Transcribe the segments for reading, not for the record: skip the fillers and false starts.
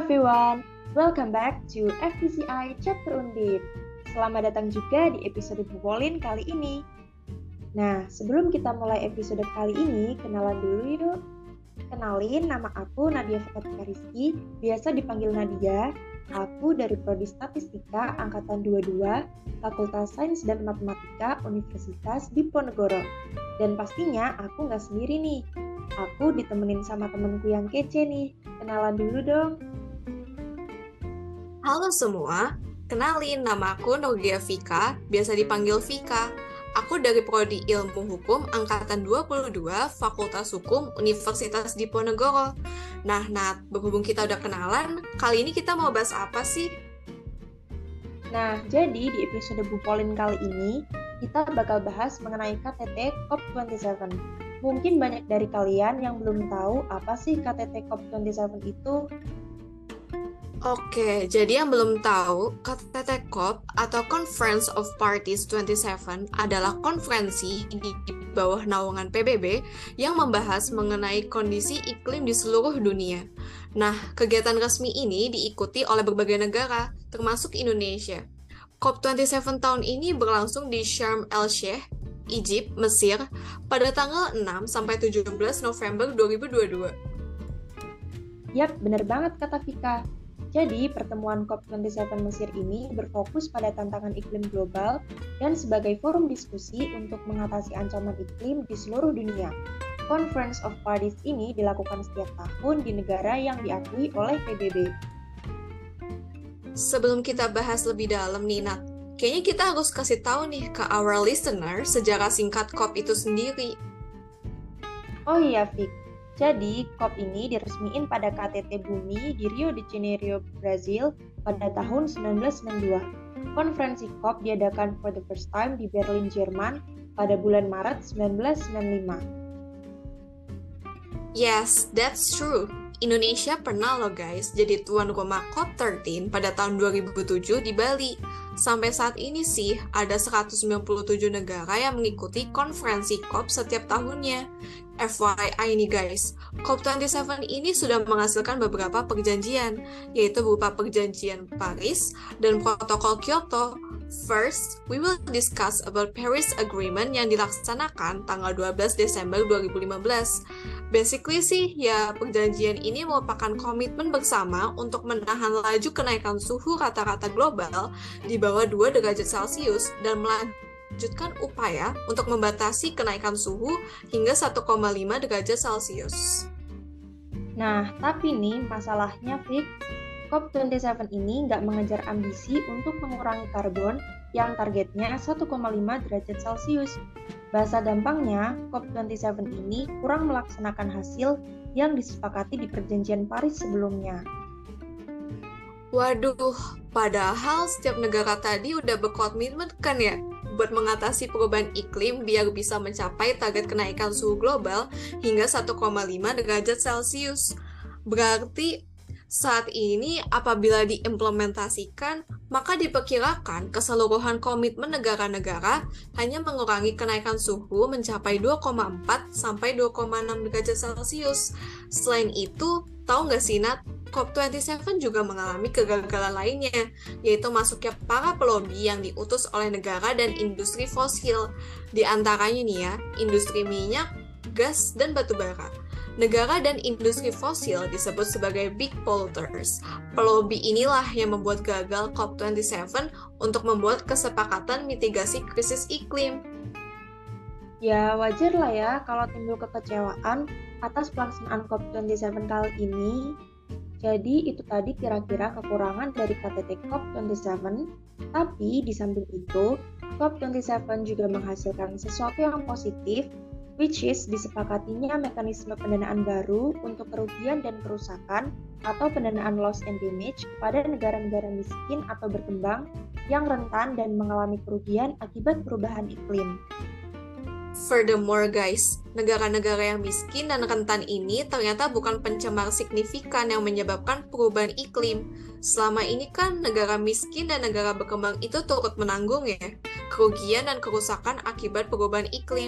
everyone, welcome back to FTCI Chapter Undip. Selamat datang juga di episode Bupolin kali ini. Nah, sebelum kita mulai episode kali ini, kenalan dulu yuk. Kenalin, nama aku Nadia Fatika Rizky, biasa dipanggil Nadia. Aku dari Prodi Statistika Angkatan 22, Fakultas Sains dan Matematika Universitas Diponegoro. Dan pastinya aku nggak sendiri nih. Aku ditemenin sama temenku yang kece nih. Kenalan dulu dong. Halo semua, kenalin nama aku Nogia Vika, biasa dipanggil Vika. Aku dari Prodi Ilmu Hukum Angkatan 22, Fakultas Hukum Universitas Diponegoro. Nah, Nat, berhubung kita udah kenalan, kali ini kita mau bahas apa sih? Nah, jadi di episode Bupolin kali ini, kita bakal bahas mengenai KTT COP27. Mungkin banyak dari kalian yang belum tahu apa sih KTT COP27 itu. Oke, jadi yang belum tahu, KTT COP atau Conference of Parties 27 adalah konferensi di bawah naungan PBB yang membahas mengenai kondisi iklim di seluruh dunia. Nah, kegiatan resmi ini diikuti oleh berbagai negara, termasuk Indonesia. COP27 tahun ini berlangsung di Sharm el-Sheikh, Egypt, Mesir, pada tanggal 6-17 November 2022. Yap, bener banget kata Vika. Jadi, pertemuan COP27 Mesir ini berfokus pada tantangan iklim global dan sebagai forum diskusi untuk mengatasi ancaman iklim di seluruh dunia. Conference of Parties ini dilakukan setiap tahun di negara yang diakui oleh PBB. Sebelum kita bahas lebih dalam nih, Nat, kayaknya kita harus kasih tahu nih ke our listener sejarah singkat COP itu sendiri. Oh iya, Vic. Jadi, COP ini diresmiin pada KTT Bumi di Rio de Janeiro, Brazil pada tahun 1992. Konferensi COP diadakan for the first time di Berlin, Jerman pada bulan Maret 1995. Yes, that's true. Indonesia pernah loh guys jadi tuan rumah COP13 pada tahun 2007 di Bali. Sampai saat ini sih ada 197 negara yang mengikuti konferensi COP setiap tahunnya. FYI nih guys, COP27 ini sudah menghasilkan beberapa perjanjian, yaitu berupa perjanjian Paris dan protokol Kyoto. First, we will discuss about Paris Agreement yang dilaksanakan tanggal 12 Desember 2015. Basically sih, ya perjanjian ini merupakan komitmen bersama untuk menahan laju kenaikan suhu rata-rata global di bawah 2 derajat Celcius dan melanjutkan upaya untuk membatasi kenaikan suhu hingga 1,5 derajat Celcius. Nah, tapi nih masalahnya, Vic, COP27 ini nggak mengejar ambisi untuk mengurangi karbon yang targetnya 1,5 derajat Celcius. Bahasa gampangnya, COP27 ini kurang melaksanakan hasil yang disepakati di perjanjian Paris sebelumnya. Waduh, padahal setiap negara tadi udah berkomitmen kan ya buat mengatasi perubahan iklim biar bisa mencapai target kenaikan suhu global hingga 1,5 derajat Celcius. Berarti saat ini apabila diimplementasikan, maka diperkirakan keseluruhan komitmen negara-negara hanya mengurangi kenaikan suhu mencapai 2,4 sampai 2,6 derajat Celcius. Selain itu, tahu nggak sih Nat, COP27 juga mengalami kegagalan lainnya, yaitu masuknya para pelobi yang diutus oleh negara dan industri fosil. Di antaranya nih ya, industri minyak, gas, dan batu bara. Negara dan industri fosil disebut sebagai big polluters. Pelobi inilah yang membuat gagal COP27 untuk membuat kesepakatan mitigasi krisis iklim. Ya, wajar lah ya kalau timbul kekecewaan atas pelaksanaan COP27 kali ini. Jadi, itu tadi kira-kira kekurangan dari KTT COP27. Tapi, di samping itu, COP27 juga menghasilkan sesuatu yang positif, which is disepakatinya mekanisme pendanaan baru untuk kerugian dan kerusakan atau pendanaan loss and damage kepada negara-negara miskin atau berkembang yang rentan dan mengalami kerugian akibat perubahan iklim. Furthermore guys, negara-negara yang miskin dan rentan ini ternyata bukan pencemar signifikan yang menyebabkan perubahan iklim. Selama ini kan negara miskin dan negara berkembang itu turut menanggung ya kerugian dan kerusakan akibat perubahan iklim.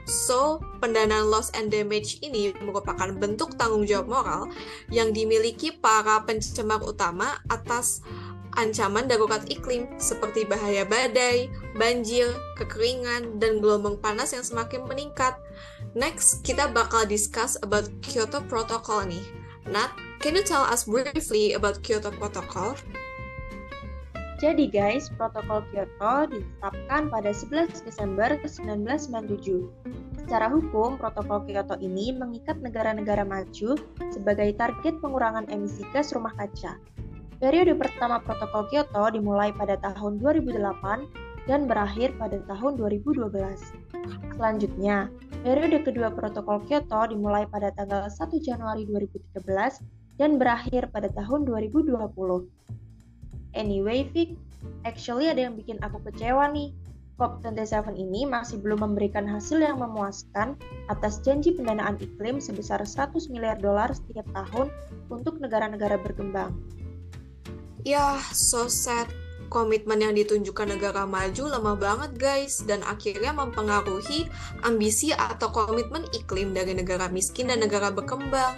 So, pendanaan loss and damage ini merupakan bentuk tanggung jawab moral yang dimiliki para pencemar utama atas ancaman darurat iklim seperti bahaya badai, banjir, kekeringan, dan gelombang panas yang semakin meningkat. Next, kita bakal discuss about Kyoto Protocol nih. Nat, can you tell us briefly about Kyoto Protocol? Jadi guys, Protokol Kyoto ditetapkan pada 11 Desember 1997. Secara hukum, Protokol Kyoto ini mengikat negara-negara maju sebagai target pengurangan emisi gas rumah kaca. Periode pertama Protokol Kyoto dimulai pada tahun 2008 dan berakhir pada tahun 2012. Selanjutnya, periode kedua Protokol Kyoto dimulai pada tanggal 1 Januari 2013 dan berakhir pada tahun 2020. Anyway, Vic, actually ada yang bikin aku kecewa nih. COP27 ini masih belum memberikan hasil yang memuaskan atas janji pendanaan iklim sebesar 100 miliar dolar setiap tahun untuk negara-negara berkembang. Yah, so sad. Komitmen yang ditunjukkan negara maju lemah banget guys, dan akhirnya mempengaruhi ambisi atau komitmen iklim dari negara miskin dan negara berkembang.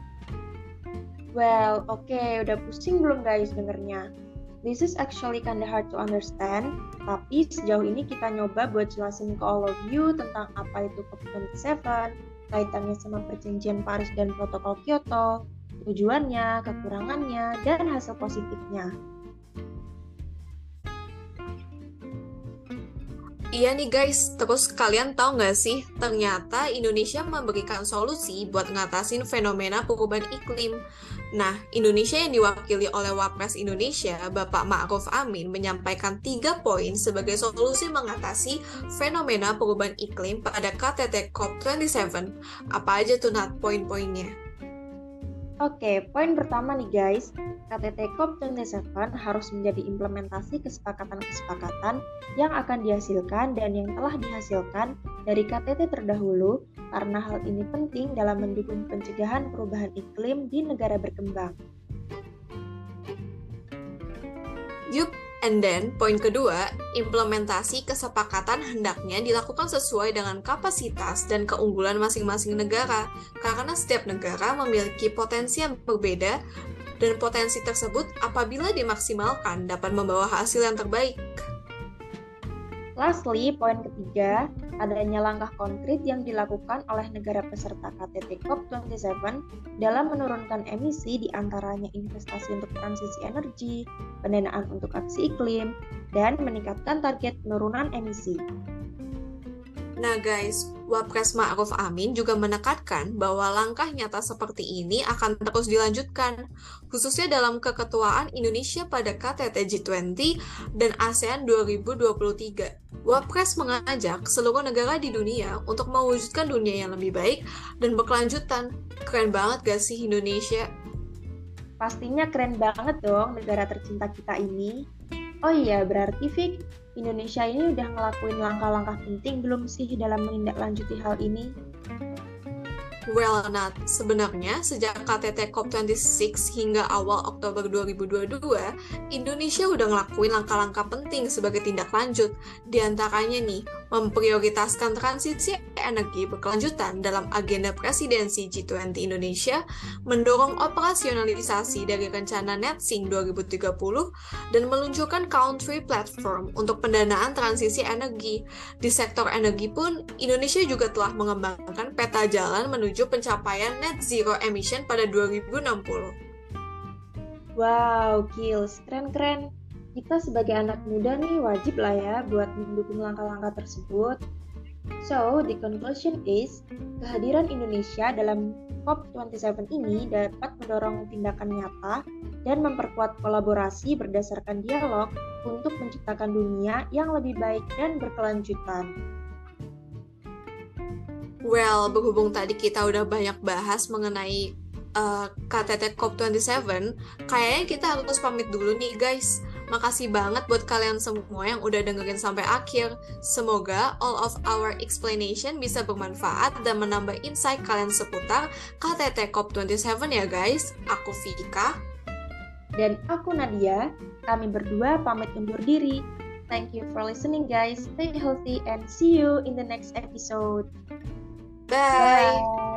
Well, oke, udah pusing belum guys dengernya? This is actually kinda hard to understand, tapi sejauh ini kita nyoba buat jelasin ke all of you tentang apa itu COP27, kaitannya sama perjanjian Paris dan Protokol Kyoto, tujuannya, kekurangannya, dan hasil positifnya. Iya nih guys, terus kalian tahu nggak sih, ternyata Indonesia memberikan solusi buat ngatasin fenomena perubahan iklim. Nah, Indonesia yang diwakili oleh Wapres Indonesia, Bapak Ma'ruf Amin, menyampaikan 3 poin sebagai solusi mengatasi fenomena perubahan iklim pada KTT COP27. Apa aja tuh Nat poin-poinnya? Oke, poin pertama nih guys, KTT COP27 harus menjadi implementasi kesepakatan-kesepakatan yang akan dihasilkan dan yang telah dihasilkan dari KTT terdahulu karena hal ini penting dalam mendukung pencegahan perubahan iklim di negara berkembang. Yup, and then poin kedua, implementasi kesepakatan hendaknya dilakukan sesuai dengan kapasitas dan keunggulan masing-masing negara, karena setiap negara memiliki potensi yang berbeda, dan potensi tersebut apabila dimaksimalkan dapat membawa hasil yang terbaik. Lastly, poin ketiga, adanya langkah konkret yang dilakukan oleh negara peserta KTT COP27 dalam menurunkan emisi diantaranya investasi untuk transisi energi, pendanaan untuk aksi iklim, dan meningkatkan target penurunan emisi. Nah guys, Wapres Ma'ruf Amin juga menekankan bahwa langkah nyata seperti ini akan terus dilanjutkan, khususnya dalam keketuaan Indonesia pada KTT G20 dan ASEAN 2023. Wapres mengajak seluruh negara di dunia untuk mewujudkan dunia yang lebih baik dan berkelanjutan. Keren banget gak sih Indonesia? Pastinya keren banget dong negara tercinta kita ini. Oh iya, berarti Vic, Indonesia ini udah ngelakuin langkah-langkah penting belum sih dalam menindaklanjuti hal ini? Well, Nat, sebenarnya sejak KTT COP26 hingga awal Oktober 2022, Indonesia udah ngelakuin langkah-langkah penting sebagai tindak lanjut. Di antaranya nih, memprioritaskan transisi energi berkelanjutan dalam agenda presidensi G20 Indonesia, mendorong operasionalisasi dari rencana NETSING 2030, dan meluncurkan country platform untuk pendanaan transisi energi. Di sektor energi pun, Indonesia juga telah mengembangkan peta jalan menuju pencapaian net zero emission pada 2060. Wow, Gils, keren-keren. Kita sebagai anak muda nih wajib lah ya buat mendukung langkah-langkah tersebut. So, the conclusion is, kehadiran Indonesia dalam COP27 ini dapat mendorong tindakan nyata dan memperkuat kolaborasi berdasarkan dialog untuk menciptakan dunia yang lebih baik dan berkelanjutan. Well, berhubung tadi kita udah banyak bahas mengenai KTT COP27, kayaknya kita harus pamit dulu nih guys. Makasih banget buat kalian semua yang udah dengerin sampai akhir. Semoga all of our explanation bisa bermanfaat dan menambah insight kalian seputar KTT COP27 ya guys. Aku Vika. Dan aku Nadia, kami berdua pamit undur diri. Thank you for listening, guys. Stay healthy and see you in the next episode. Bye. Bye.